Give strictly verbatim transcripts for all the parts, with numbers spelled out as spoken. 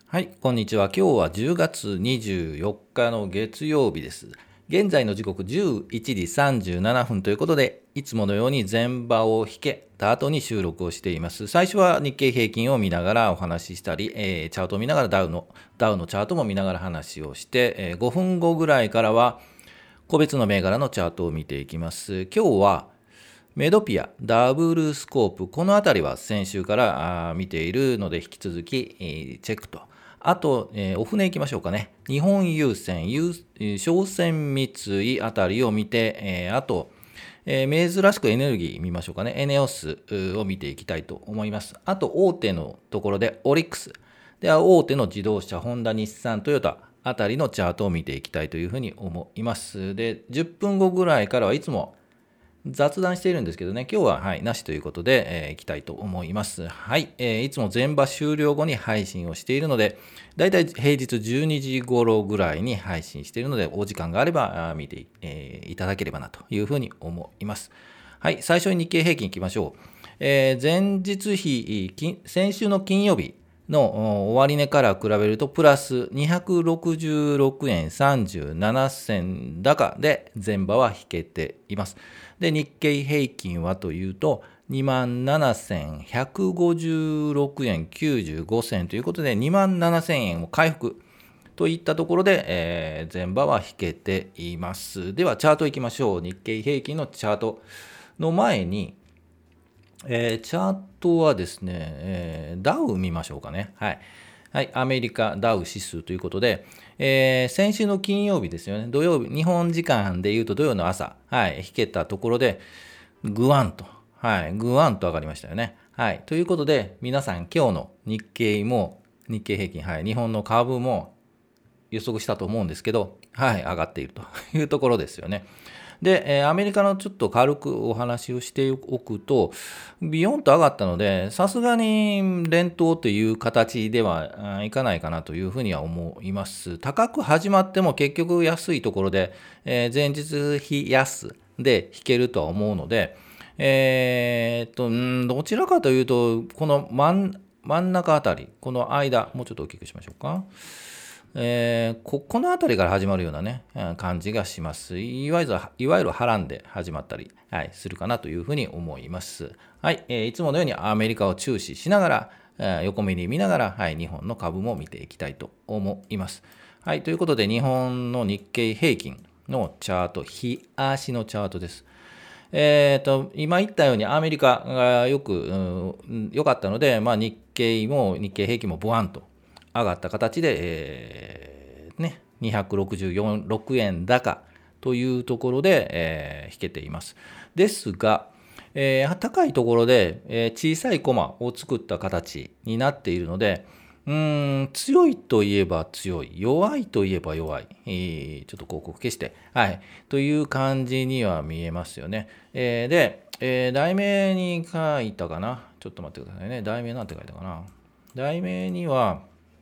はい、こんにちは。今日はじゅうがつにじゅうよっかの月曜日です。現在の時刻じゅういちじさんじゅうななふんということで、いつものように前場を引けた後に収録をしています。最初は日経平均を見ながらお話ししたり、えーチャートを見ながらダウの、ダウのチャートも見ながら話をして、えーごふんごぐらいからは個別の銘柄のチャートを見ていきます。今日はメドピア、ダブルスコープ、このあたりは先週からあー見ているので、引き続き、えーチェックと。あと、えーお船行きましょうかね。日本郵船、郵えー商船三井あたりを見て、えーあと、えー珍しくエネルギー見ましょうかね。エネオスうーを見ていきたいと思います。あと、大手のところでオリックス。では、大手の自動車、ホンダ、日産、トヨタあたりのチャートを見ていきたいというふうに思います。で、じゅっぷんごぐらいからはいつも雑談しているんですけどね、今日は、はい、なしということで、えー、いきたいと思います。はい、えーいつも前場終了後に配信をしているので、だいたい平日じゅうにじ頃ぐらいに配信しているので、お時間があればあー見て、えーいただければなというふうに思います。はい、最初に日経平均いきましょう。えー前日比、金先週の金曜日のお終値から比べると、プラスにひゃくろくじゅうろくえんさんじゅうなな銭高で前場は引けています。で、日経平均はというと、にまんななせんひゃくごじゅうろくえんきゅうじゅうご銭ということで、にまんななせんえんを回復といったところで、えー前場は引けています。では、チャートいきましょう。日経平均のチャートの前に、えーチャートはですね、えーダウ見ましょうかね。はい。はい、アメリカダウ指数ということで、えー先週の金曜日ですよね、土曜日、日本時間でいうと土曜の朝、はい、引けたところで、ぐわんと、はい、ぐわんと上がりましたよね。はい、ということで、皆さん、今日の日経も、日経平均、はい、日本の株も予測したと思うんですけど、はい、上がっているというところですよね。で、えーアメリカのちょっと軽くお話をしておくと、ビヨンと上がったので、さすがに連投という形ではあいかないかなというふうには思います。高く始まっても結局安いところで、えー前日比安で引けるとは思うので、えーっと、うんどちらかというと、この真ん真ん中あたり、この間、もうちょっと大きくしましょうか。えーここの辺りから始まるようなね、うん感じがします。いわゆる、いわゆる波乱で始まったり、はい、するかなというふうに思います。はい、えーいつものようにアメリカを注視しながら、えー横目に見ながら、はい、日本の株も見ていきたいと思います。はい、ということで、日本の日経平均のチャート、日足のチャートです。えー、と今言ったようにアメリカがよくうん良かったので、まあ、日経も日経平均もボワンと上がった形で、えーね、にひゃくろくじゅうろくえん高というところで、えー引けています。ですが、えー高いところで、えー小さいコマを作った形になっているので、うーん強いといえば強い、弱いといえば弱い、えーちょっと広告消して、はい、という感じには見えますよね。えーで、えー題名に書いたかな、ちょっと待ってくださいね。題名なんて書いたかな。題名には、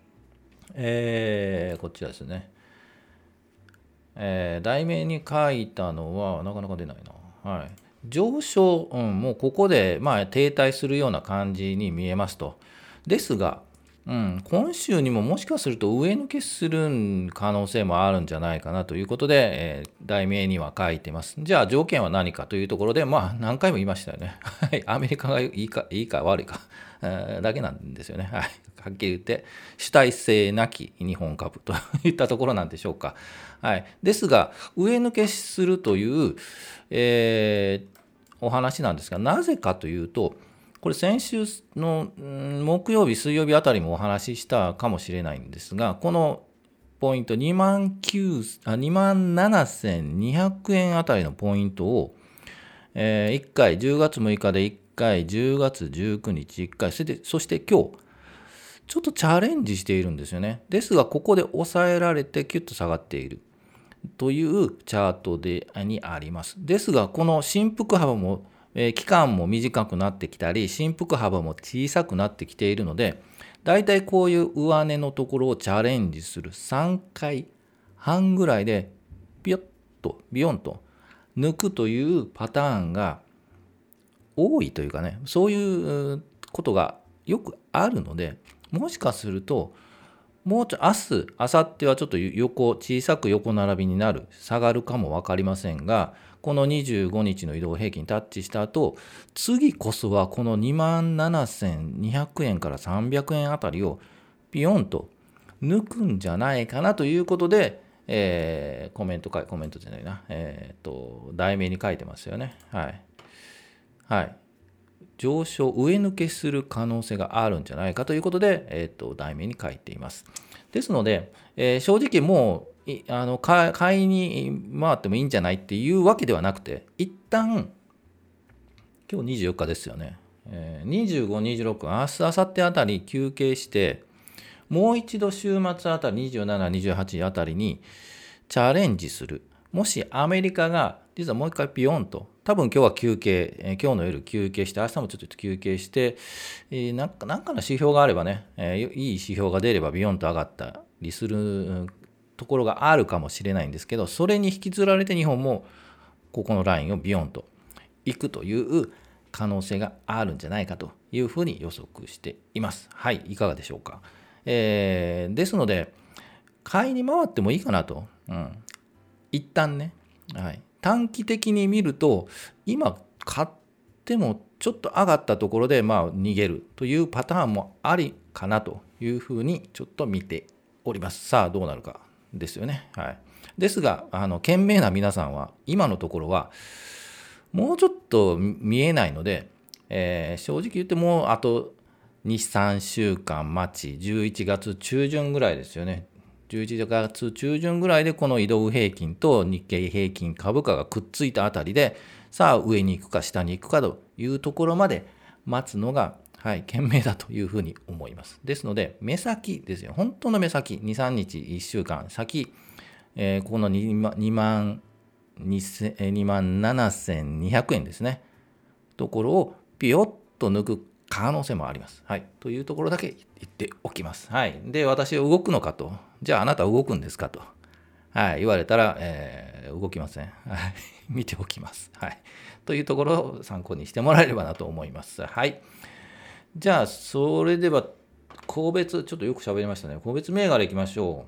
えーこっちらですね。えー題名に書いたのは、なかなか出ないな。はい。上昇、うん、もうここで、まあ、停滞するような感じに見えますと。ですが、うん、今週にももしかすると上抜けする可能性もあるんじゃないかなということで、えー題名には書いてます。じゃあ条件は何かというところで、まあ何回も言いましたよね。はい、アメリカがいいかいいか悪いか、えーだけなんですよね。はい、はっきり言って、主体性なき日本株といったところなんでしょうか。はい、ですが、上抜けするという、えーお話なんですが、なぜかというと、これ先週のうん木曜日、水曜日あたりもお話ししたかもしれないんですが、このポイントにまんきゅうあにまんななせんにひゃくえんあたりのポイントを、えーいっかい、じゅうがつむいかでいっかい、じゅうがつじゅうくにちいっかい、そしてそして今日、ちょっとチャレンジしているんですよね。ですが、ここで抑えられてキュッと下がっているというチャートでにあります。ですが、この振幅幅も、えー期間も短くなってきたり、振幅幅も小さくなってきているので、だいたいこういう上値のところをチャレンジするさんかいはんぐらいで、ビヨッと、ビヨンと抜くというパターンが多いというかね、そういうことがよくあるので、もしかすると、 もうちょ明日、明後日はちょっと横、小さく横並びになる、下がるかも分かりませんが、このにじゅうごにちの移動平均タッチした後、次こそはこのにまんななせんにひゃくえんからさんびゃくえんあたりをピヨンと抜くんじゃないかなということで、えーコメントか、コメントじゃないな、えーと、題名に書いてますよね。はい。はい。上昇、上抜けする可能性があるんじゃないかということで、えーと、題名に書いています。ですので、えー正直もう、いあの買い買いに回ってもいいんじゃないっていうわけではなくて、一旦、今日にじゅうよっかですよね。えーにじゅうご、にじゅうろく、明日、明後日あたり休憩して、もう一度週末あたりにじゅうなな、にじゅうはちあたりにチャレンジする。もしアメリカが実はもう一回ピヨンと、多分今日は休憩、えー今日の夜休憩して、明日もちょっと休憩して、えーなんかなんかの指標があればね、えーいい指標が出ればビヨンと上がったりするうんところがあるかもしれないんですけど、それに引きずられて日本もここのラインをビヨンと行くという可能性があるんじゃないかというふうに予測しています。はい、いかがでしょうか。えーですので、買いに回ってもいいかなと。うん、一旦ね、はい、短期的に見ると、今買ってもちょっと上がったところで、まあ、逃げるというパターンもありかなというふうにちょっと見ております。さあ、どうなるかですよね。はい、ですが、あの賢明な皆さんは、今のところは、もうちょっと見えないので、えー正直言ってもうあとに、さんしゅうかん待ち、じゅういちがつ中旬ぐらいですよね。じゅういちがつ中旬ぐらいでこの移動平均と日経平均株価がくっついたあたりで、さあ上に行くか下に行くかというところまで待つのが、はい、賢明だというふうに思います。ですので、目先ですよ。本当の目先、に、さんにち、いっしゅうかん先、えーこのにまん、にまんななせんにひゃくえんですね。ところをピヨッと抜く可能性もあります。はい。というところだけ言っておきます。はい。で、私は動くのかと。じゃああなたは動くんですかと。はい。言われたら、えー動きません。はい。見ておきます。はい。というところを参考にしてもらえればなと思います。はい。じゃあ、それでは、個別、ちょっとよく喋りましたね。個別銘柄いきましょう。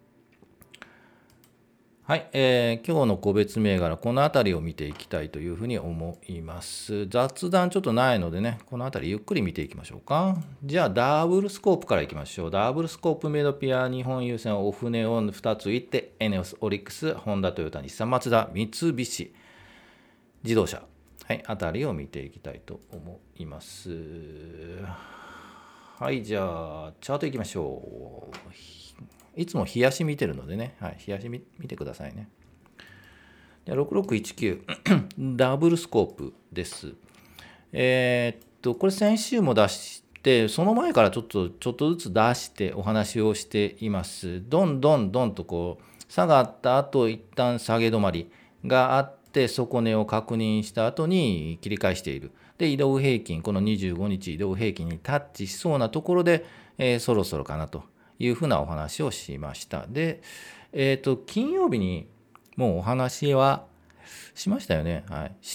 はい、えー今日の個別銘柄、このあたりを見ていきたいというふうに思います。雑談ちょっとないのでね、このあたりゆっくり見ていきましょうか。じゃあ、ダブルスコープからいきましょう。ダブルスコープメドピア、日本郵船、オフネオンふたついって、エネオス、オリックス、ホンダ、トヨタ、日産、マツダ、三菱自動車、はい、あたりを見ていきたいと思います。はい、じゃあ、チャートいきましょう。いつも冷やし見てるのでね、はい、冷やし見見てくださいね。でろくろくいちきゅう、ダブルスコープです。えーっと、これ先週も出して、その前からちょっと、ちょっとずつ出してお話をしています。どんどんどんとこう、下がった後、一旦下げ止まりがあって、底値を確認した後に切り返している。で、移動平均、このにじゅうごにち移動平均にタッチしそうなところで、えーそろそろかなというふうなお話をしました。で、えーっと、金曜日にもうお話はしましたよね。はい。して、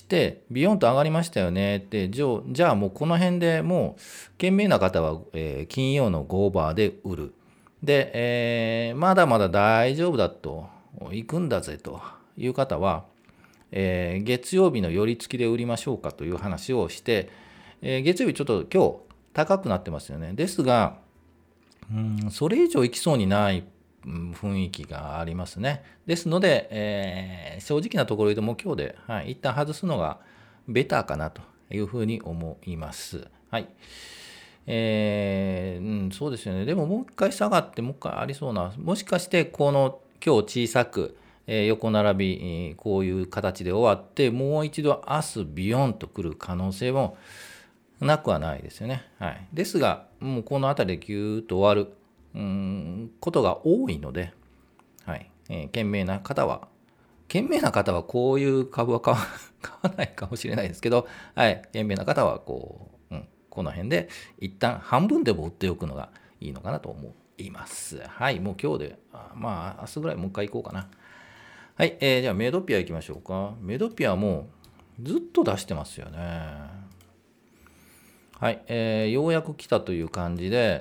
ビヨンと上がりましたよねって、じゃあじゃあもうこの辺でもう、賢明な方は、えー金曜のゴーバーで売る。で、えーまだまだ大丈夫だと、行くんだぜという方は、えー月曜日の寄り付きで売りましょうかという話をして、えー月曜日ちょっと今日高くなってますよね。ですが、うんそれ以上行きそうにないうん雰囲気がありますね。ですので、えー正直なところでもう今日で、はい、一旦外すのがベターかなというふうに思います。はい。えーうん、そうですよね。でももう一回下がって、もう一回ありそうな、もしかしてこの今日小さく、えー横並び、えーこういう形で終わって、もう一度明日ビヨンと来る可能性もなくはないですよね。はい、ですが、もうこの辺りでぎゅーっと終わるうーんことが多いので、はいえー、賢明な方は、賢明な方はこういう株は買わ買わないかもしれないですけど、はい、賢明な方はこう、うん、この辺で一旦半分でも売っておくのがいいのかなと思います。はい、もう今日で、あまあ明日ぐらいもう一回行こうかな。はい、えーじゃあメドピア行きましょうか。メドピアもずっと出してますよね。はい、えーようやく来たという感じで、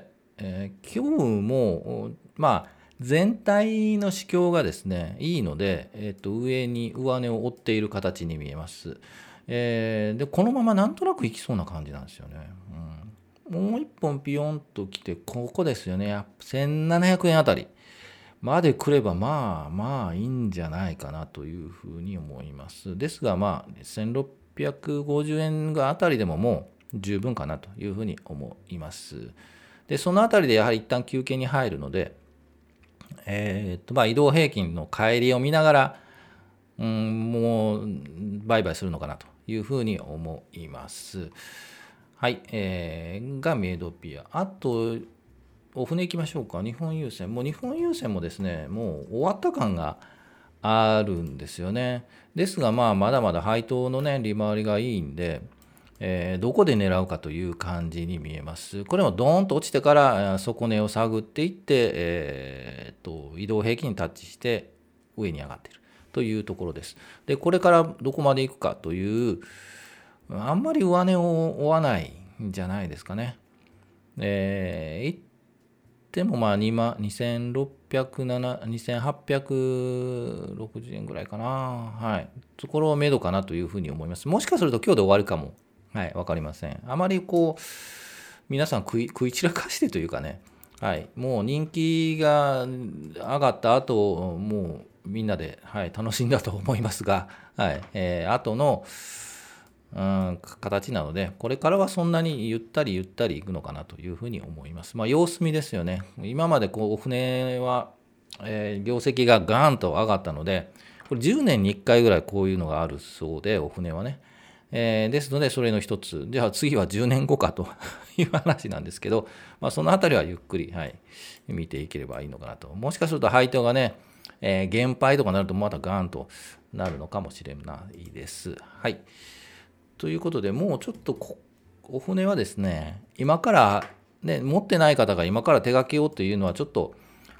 えー今日も、まあ、全体の市況がですね、いいので、えっと、上に上値を追っている形に見えます。えーで、このままなんとなくいきそうな感じなんですよね。うん、もう一本ピヨンと来て、ここですよね。せんななひゃくえんあたりまで来れば、まあまあいいんじゃないかなというふうに思います。ですが、まあ、せんろっぴゃくごじゅうえんがあたりでももう十分かなというふうに思います。で、そのあたりでやはり一旦休憩に入るので、えーっと、まあ移動平均の帰りを見ながら、うん、もう売買するのかなというふうに思います。はい、えーがメイドピア。あと、お船行きましょうか。日本郵船。もう日本郵船もですね、もう終わった感があるんですよね。ですが、まあ、まだまだ配当のね、利回りがいいんで、えーどこで狙うかという感じに見えます。これもドーンと落ちてからあ底値を探っていって、えーっと移動平均にタッチして上に上がっているというところです。で、これからどこまで行くかという、あんまり上値を追わないんじゃないですかね。えー、行ってもまあにまんにせんろっぴゃくなな、にせんはっぴゃくろくじゅうえんぐらいかな。はい。ところをめどかなというふうに思います。もしかすると今日で終わりかも。はい。わかりません。あまりこう、皆さん食い、食い散らかしてというかね。はい。もう人気が上がった後、もうみんなで、はい、楽しんだと思いますが、はい。えー、後の、うん、形なので、これからはそんなにゆったりゆったりいくのかなというふうに思います。まあ、様子見ですよね。今までこうお船は、えー業績がガーンと上がったので、これじゅうねんにいっかいぐらいこういうのがあるそうで、お船はね。えーですので、それの一つ。じゃあ次はじゅうねんごかという話なんですけど、まあ、そのあたりはゆっくり、はい、見ていければいいのかなと。もしかすると配当がね、えー減配とかなるとまたガーンとなるのかもしれないです。はい。ということで、もうちょっとこお船はですね、今から、ね、持ってない方が今から手掛けようというのは、ちょっと、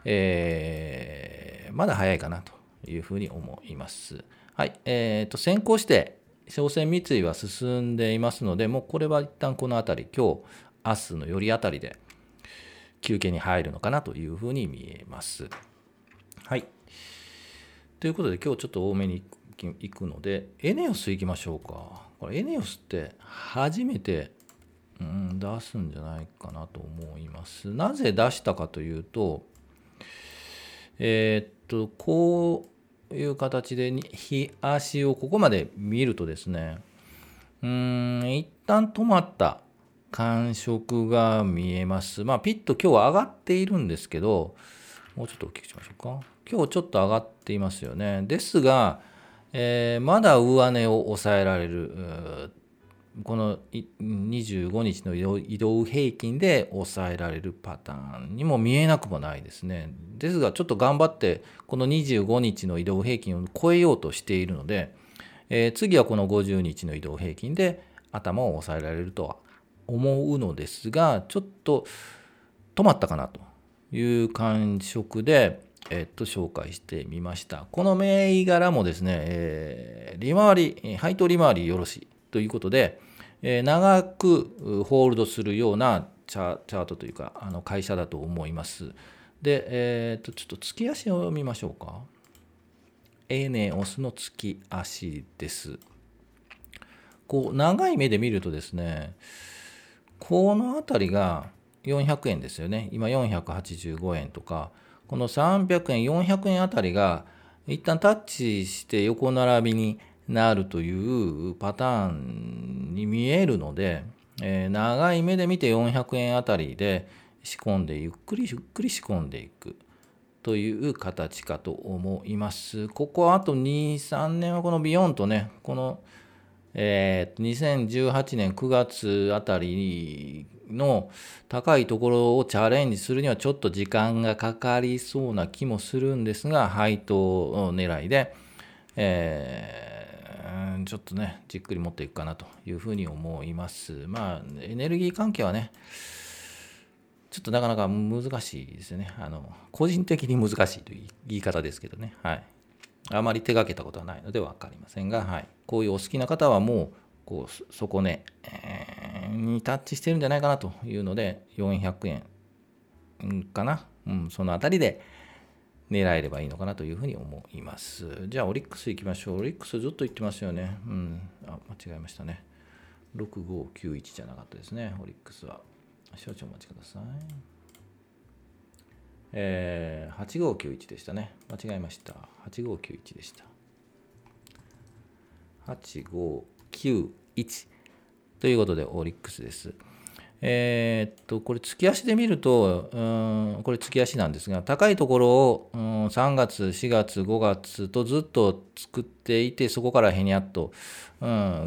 えーまだ早いかなというふうに思います。はい。えーと、先行して、商船三井は進んでいますので、もうこれは一旦このあたり、今日、明日のよりあたりで休憩に入るのかなというふうに見えます。はい。ということで、今日ちょっと多めに行くので、エネオス行きましょうか。これエネオスって初めて、うん、出すんじゃないかなと思います。なぜ出したかというと、えーっと、こういう形でに日足をここまで見るとですね、うーん、一旦止まった感触が見えます。まあ、ピッと今日は上がっているんですけど、もうちょっと大きくしましょうか。今日ちょっと上がっていますよね。ですが、えーまだ上値を抑えられる、うーこのいにじゅうごにちの移動移動平均で抑えられるパターンにも見えなくもないですね。ですが、ちょっと頑張って、このにじゅうごにちの移動平均を超えようとしているので、えー次はこのごじゅうにちの移動平均で頭を抑えられるとは思うのですが、ちょっと止まったかなという感触で、えっと、紹介してみました。この銘柄もですね、えー利回り、えー配当利回りよろしいということで、えー長くうホールドするようなチャチャートというか、あの会社だと思います。で、えっと、ちょっと月足を見ましょうか。エネオスの月足です。こう、長い目で見るとですね、このあたりがよんひゃくえんですよね。今よんひゃくはちじゅうごえんとか、このさんびゃくえん、よんひゃくえんあたりが一旦タッチして横並びになるというパターンに見えるので、えー長い目で見てよんひゃくえんあたりで仕込んで、ゆっくりゆっくり仕込んでいくという形かと思います。ここはあとに、さんねんはこのビヨンとね、このえー、にせんじゅうはちねんくがつあたりの高いところをチャレンジするにはちょっと時間がかかりそうな気もするんですが、配当狙いで、えーちょっとね、じっくり持っていくかなというふうに思います。まあ、エネルギー関係はね、ちょっとなかなか難しいですよね。あの、個人的に難しいという言い方ですけどね。はい。あまり手がけたことはないので分かりませんが、はい、こういうお好きな方はもうこう底値、えーにタッチしてるんじゃないかなというのでよんひゃくえんかな、うん、そのあたりで狙えればいいのかなというふうに思います。じゃあオリックスいきましょう。オリックスずっと言ってますよね。うん、あ、間違えましたね。ろくごきゅういちじゃなかったですね、オリックスは。少々お待ちください。えー、はちごきゅういちでしたね。間違えました。はちごきゅういちでした。はちごきゅういちということでオリックスです。えー、っとこれ月足で見ると、うん、これ月足なんですが、高いところを、うん、さんがつしがつごがつとずっと作っていて、そこからへにゃっと、うん、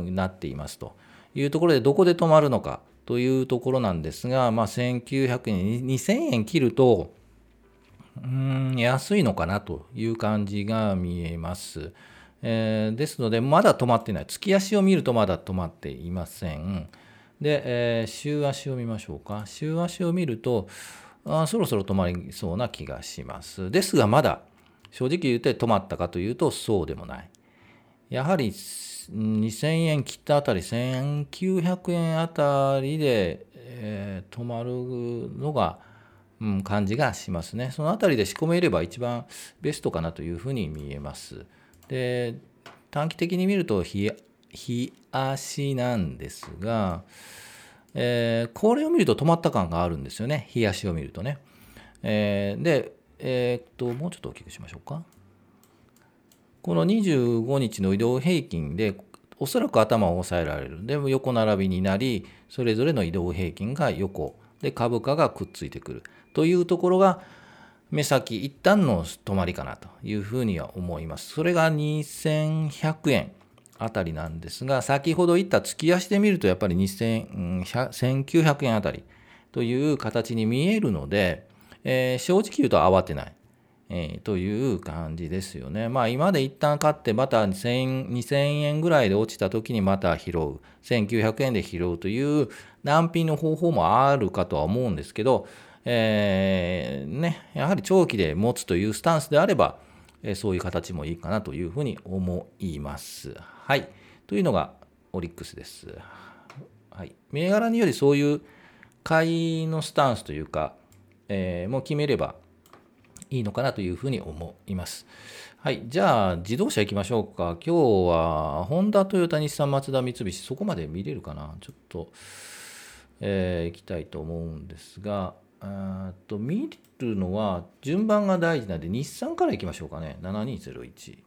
なっていますというところで、どこで止まるのかというところなんですが、まあ、せんきゅうひゃくえんにせんえん切ると、うん、安いのかなという感じが見えます。えー、ですので、まだ止まってない。月足を見るとまだ止まっていません。で、えー、週足を見ましょうか。週足を見ると、あそろそろ止まりそうな気がします。ですが、まだ正直言って止まったかというと、そうでもない。やはりにせんえん切ったあたり、せんきゅうひゃくえんあたりで、えー、止まるのが、うん、感じがしますね。そのあたりで仕込めれば一番ベストかなというふうに見えます。で、短期的に見ると、日足なんですが、えー、これを見ると止まった感があるんですよね。日足を見るとね。えー、で、えー、っと、もうちょっと大きくしましょうか。このにじゅうごにちの移動平均で、おそらく頭を抑えられる。でも横並びになり、それぞれの移動平均が横。で、株価がくっついてくる。というところが、目先一旦の止まりかなというふうには思います。それがにせんひゃくえんあたりなんですが、先ほど言った月足で見るとやっぱりにせんきゅうひゃくえんあたりという形に見えるので、えー、正直言うと慌てない、えー、という感じですよね。まあ今で一旦買ってまたにせんえんぐらいで落ちた時にまた拾う。せんきゅうひゃくえんで拾うという難品の方法もあるかとは思うんですけど、えーね、やはり長期で持つというスタンスであれば、えー、そういう形もいいかなというふうに思います。はい。というのがオリックスです。はい。銘柄によりそういう買いのスタンスというか、えー、もう決めればいいのかなというふうに思います。はい。じゃあ、自動車行きましょうか。今日は、ホンダ、トヨタ、日産、マツダ、三菱、そこまで見れるかな。ちょっと、えー、行きたいと思うんですが、あと見るのは順番が大事なんで、日産からいきましょうかね。ななにゼロいち。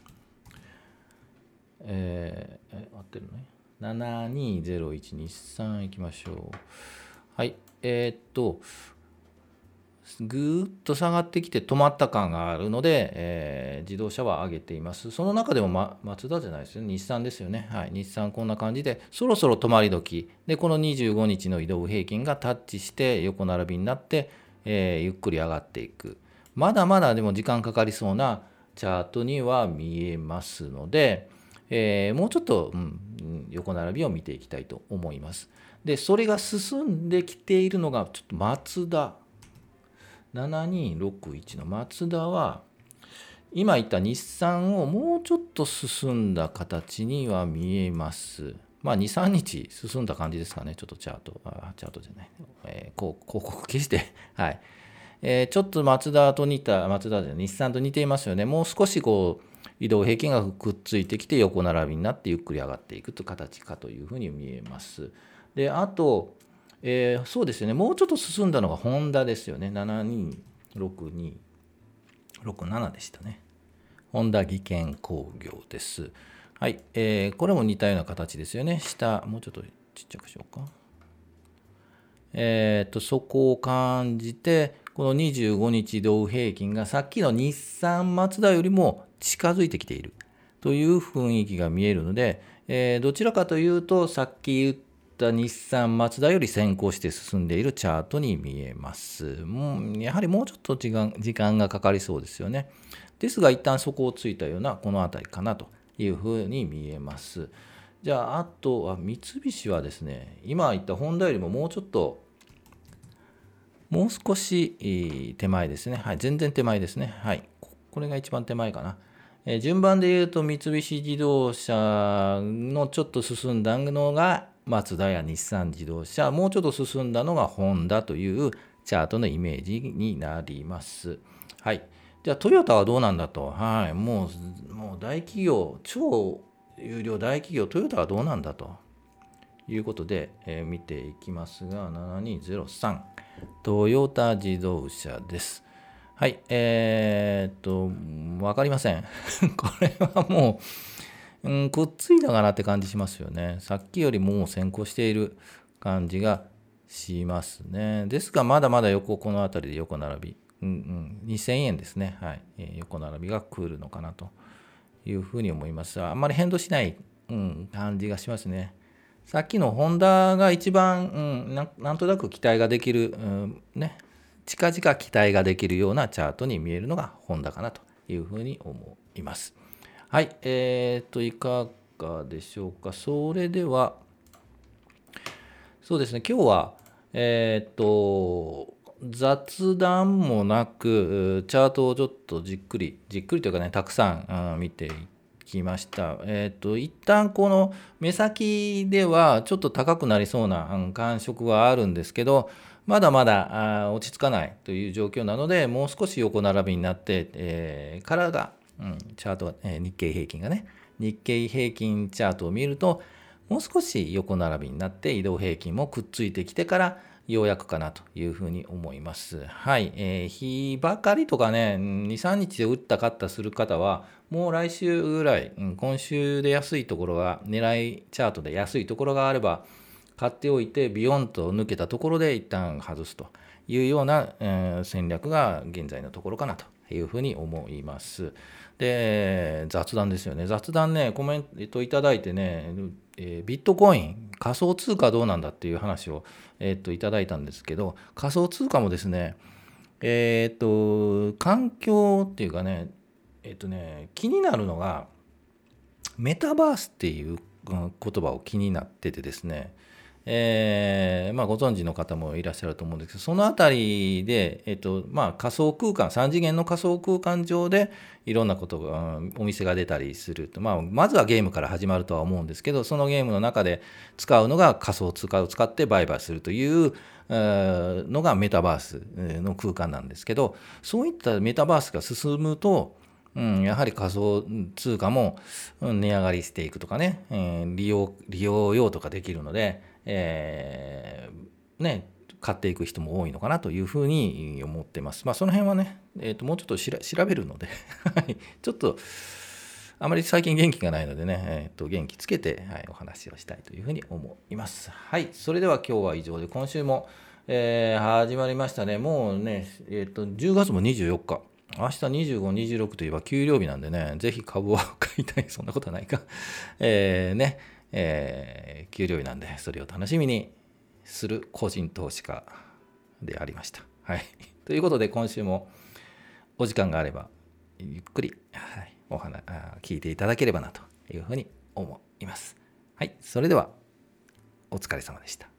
えー、え、合ってるね。ななにゼロいち、日産いきましょう。はい。えー、っと、ぐーっと下がってきて止まった感があるので、えー、自動車は上げています。その中でも、ま、マツダじゃないですよね。日産ですよね。はい。日産こんな感じで、そろそろ止まり時。で、このにじゅうごにちの移動平均がタッチして横並びになって、えー、ゆっくり上がっていく。まだまだでも時間かかりそうなチャートには見えますので、えー、もうちょっと、うん、横並びを見ていきたいと思います。で、それが進んできているのが、ちょっとマツダ。ななにろくいちのマツダは、今言った日産をもうちょっと進んだ形には見えます。まあ、に、さんにち進んだ感じですかね。ちょっとチャート、あチャートじゃない。えー、こう広告消して、はい。えー、ちょっとマツダと似た、マツダじゃない、日産と似ていますよね。もう少しこう、移動平均がくっついてきて横並びになってゆっくり上がっていくという形かというふうに見えます。で、あと、えー、そうですよね。もうちょっと進んだのがホンダですよね。ななにろくにろくななでしたね。ホンダ技研工業です。はい、えー。これも似たような形ですよね。下、もうちょっとちっちゃくしようか。えっと、そこを感じて、このにじゅうごにち移動平均がさっきの日産マツダよりも近づいてきているという雰囲気が見えるので、えー、どちらかというと、さっき言った日産マツダより先行して進んでいるチャートに見えます。もうやはりもうちょっと時間、時間がかかりそうですよね。ですが、一旦底をついたようなこの辺りかなというふうに見えます。じゃあ、あとは三菱はですね、今言ったホンダよりももうちょっと、もう少し手前ですね。はい、全然手前ですね。はい、これが一番手前かな。えー、順番で言うと、三菱自動車のちょっと進んだのがマツダや日産自動車、もうちょっと進んだのがホンダというチャートのイメージになります。はい。じゃあトヨタはどうなんだと。はい。もう、もう大企業、超有料大企業、トヨタはどうなんだということで、えー見ていきますが、ななにゼロさん、トヨタ自動車です。はい。えーっと、わかりません。これはもう、うん、くっついたかなって感じしますよね。さっきよりもう先行している感じがしますね。ですが、まだまだ横、この辺りで横並び、うんうん、にせんえんですね。はい。えー横並びが来るのかなというふうに思います。あんまり変動しない、うん、感じがしますね。さっきのホンダが一番、うん、ななんとなく期待ができる、うんね、近々期待ができるようなチャートに見えるのがホンダかなというふうに思います。はい、えーと、いかがでしょうか。それでは、そうですね、今日は、えーと、雑談もなく、チャートをちょっとじっくり、じっくりというかね、たくさん、うん見ていきました。えーと、一旦この目先ではちょっと高くなりそうな、うん感触はあるんですけど、まだまだあ落ち着かないという状況なので、もう少し横並びになって、えーからが、うん、チャートが、えー日経平均がね、日経平均チャートを見ると、もう少し横並びになって移動平均もくっついてきてからようやくかなというふうに思います。はい。えー、日ばかりとかね、に、さんにちで打った買ったする方は、もう来週ぐらい、うん、今週で安いところが、狙いチャートで安いところがあれば、買っておいて、ビヨンと抜けたところで一旦外すというような、えー戦略が現在のところかなというふうに思います。で、雑談ですよね。雑談ね、コメントいただいてね、えービットコイン、仮想通貨どうなんだっていう話を、えーっといただいたんですけど、仮想通貨もですね、えーっと、環境っていうかね、えーっとね、気になるのが、メタバースっていううん言葉を気になっててですね、えーまあ、ご存知の方もいらっしゃると思うんですけど、そのあたりで、えっとまあ、仮想空間、さん次元の仮想空間上でいろんなことが、うんお店が出たりすると、まあ、まずはゲームから始まるとは思うんですけど、そのゲームの中で使うのが仮想通貨を使って売買するというえーのがメタバースの空間なんですけど、そういったメタバースが進むと、うん、やはり仮想通貨もうん値上がりしていくとかね、えー利用、利用用とかできるので、えーね、買っていく人も多いのかなというふうに思ってます。まあ、その辺はね、えーと、もうちょっとしら調べるのではいちょっと、あまり最近元気がないのでね、えーと、元気つけて、はい、お話をしたいというふうに思います。はい、それでは今日は以上で、今週も、えー始まりましたね。もうね、えーと、じゅうがつもにじゅうよっか。明日にじゅうご、にじゅうろくといえば給料日なんでね、ぜひ株を買いたい。そんなことはないか。えーね、えー給料日なんで、それを楽しみにする個人投資家でありました。はい。ということで、今週もお時間があれば、ゆっくり、はい、お話、あ聞いていただければなというふうに思います。はい。それでは、お疲れ様でした。